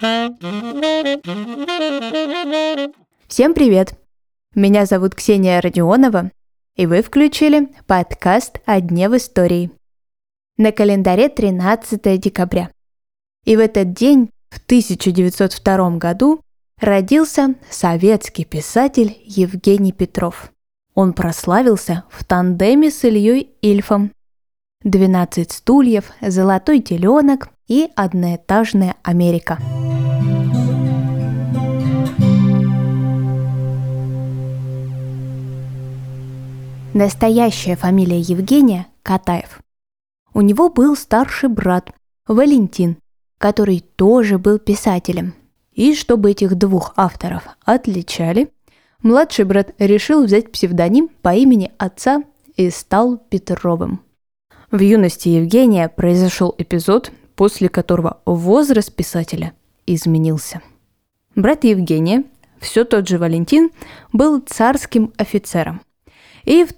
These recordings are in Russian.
Всем привет! Меня зовут Ксения Родионова, и вы включили подкаст «О дне в истории». На календаре 13 декабря. И в этот день, в 1902 году, родился советский писатель Евгений Петров. Он прославился в тандеме с Ильей Ильфом. «12 стульев», «Золотой теленок» и «Одноэтажная Америка». Настоящая фамилия Евгения – Катаев. У него был старший брат Валентин, который тоже был писателем. И чтобы этих двух авторов отличали, младший брат решил взять псевдоним по имени отца и стал Петровым. В юности Евгения произошел эпизод, после которого возраст писателя изменился. Брат Евгения, все тот же Валентин, был царским офицером. И в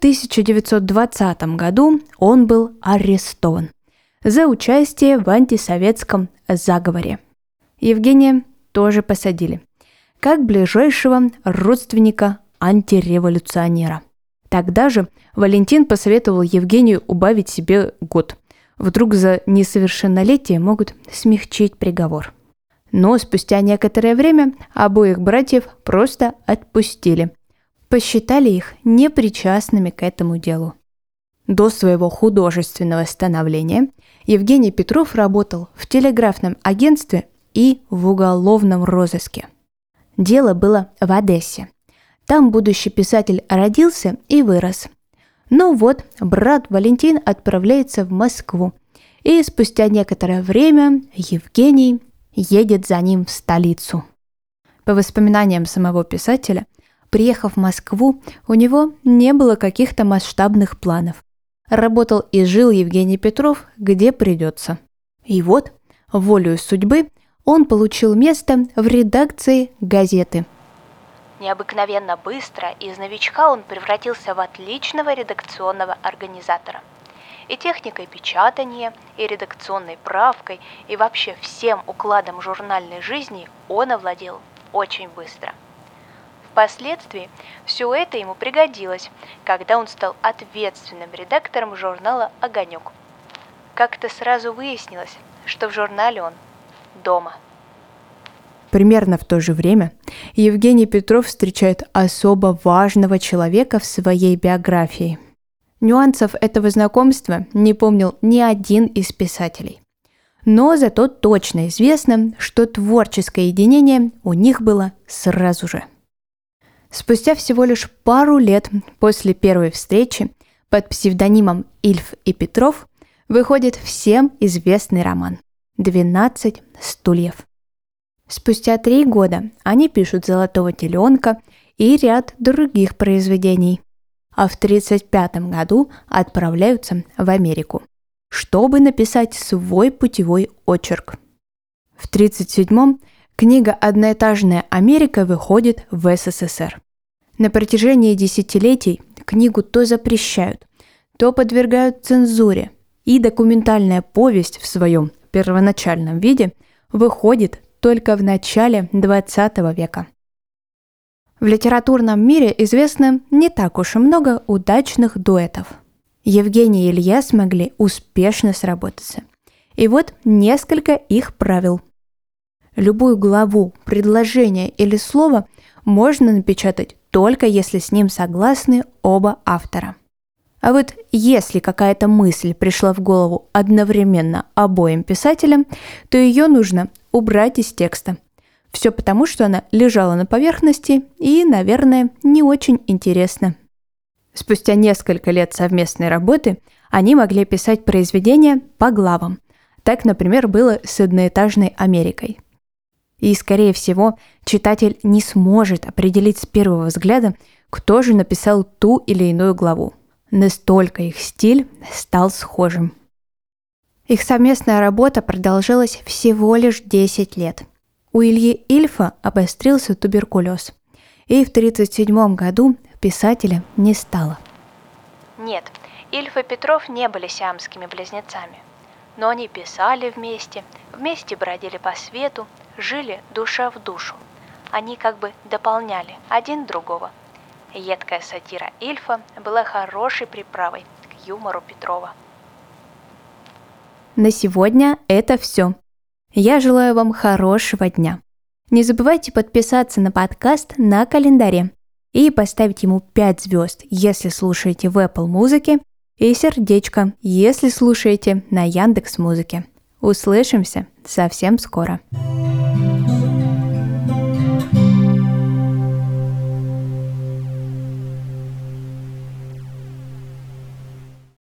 1920 году он был арестован за участие в антисоветском заговоре. Евгения тоже посадили, как ближайшего родственника антиреволюционера. Тогда же Валентин посоветовал Евгению убавить себе год. Вдруг за несовершеннолетие могут смягчить приговор. Но спустя некоторое время обоих братьев просто отпустили. Посчитали их непричастными к этому делу. До своего художественного становления Евгений Петров работал в телеграфном агентстве и в уголовном розыске. Дело было в Одессе. Там будущий писатель родился и вырос. Но вот брат Валентин отправляется в Москву, и спустя некоторое время Евгений едет за ним в столицу. По воспоминаниям самого писателя, приехав в Москву, у него не было каких-то масштабных планов. Работал и жил Евгений Петров, где придется. И вот, волею судьбы, он получил место в редакции газеты. Необыкновенно быстро из новичка он превратился в отличного редакционного организатора. И техникой печатания, и редакционной правкой, и вообще всем укладом журнальной жизни он овладел очень быстро. Впоследствии все это ему пригодилось, когда он стал ответственным редактором журнала «Огонек». Как-то сразу выяснилось, что в журнале он дома. Примерно в то же время Евгений Петров встречает особо важного человека в своей биографии. Нюансов этого знакомства не помнил ни один из писателей. Но зато точно известно, что творческое единение у них было сразу же. Спустя всего лишь пару лет после первой встречи под псевдонимом Ильф и Петров выходит всем известный роман «12 стульев». Спустя 3 года они пишут «Золотого теленка» и ряд других произведений, а в 1935 году отправляются в Америку, чтобы написать свой путевой очерк. В 1937 книга «Одноэтажная Америка» выходит в СССР. На протяжении десятилетий книгу то запрещают, то подвергают цензуре, и документальная повесть в своем первоначальном виде выходит только в начале XX века. В литературном мире известно не так уж и много удачных дуэтов. Евгений и Илья смогли успешно сработаться. И вот несколько их правил. Любую главу, предложение или слово можно напечатать только если с ним согласны оба автора. А вот если какая-то мысль пришла в голову одновременно обоим писателям, то ее нужно убрать из текста. Все потому, что она лежала на поверхности и, наверное, не очень интересна. Спустя несколько лет совместной работы они могли писать произведения по главам. Так, например, было с «Одноэтажной Америкой». И, скорее всего, читатель не сможет определить с первого взгляда, кто же написал ту или иную главу. Настолько их стиль стал схожим. Их совместная работа продолжалась всего лишь 10 лет. У Ильи Ильфа обострился туберкулез, и в 1937 году писателя не стало. Нет, Ильф и Петров не были сиамскими близнецами, но они писали вместе бродили по свету, жили душа в душу. Они как бы дополняли один другого. Едкая сатира Ильфа была хорошей приправой к юмору Петрова. На сегодня это все. Я желаю вам хорошего дня. Не забывайте подписаться на подкаст на календаре и поставить ему 5 звезд, если слушаете в Apple Музыке, и сердечко, если слушаете на Яндекс.Музыке. Услышимся совсем скоро.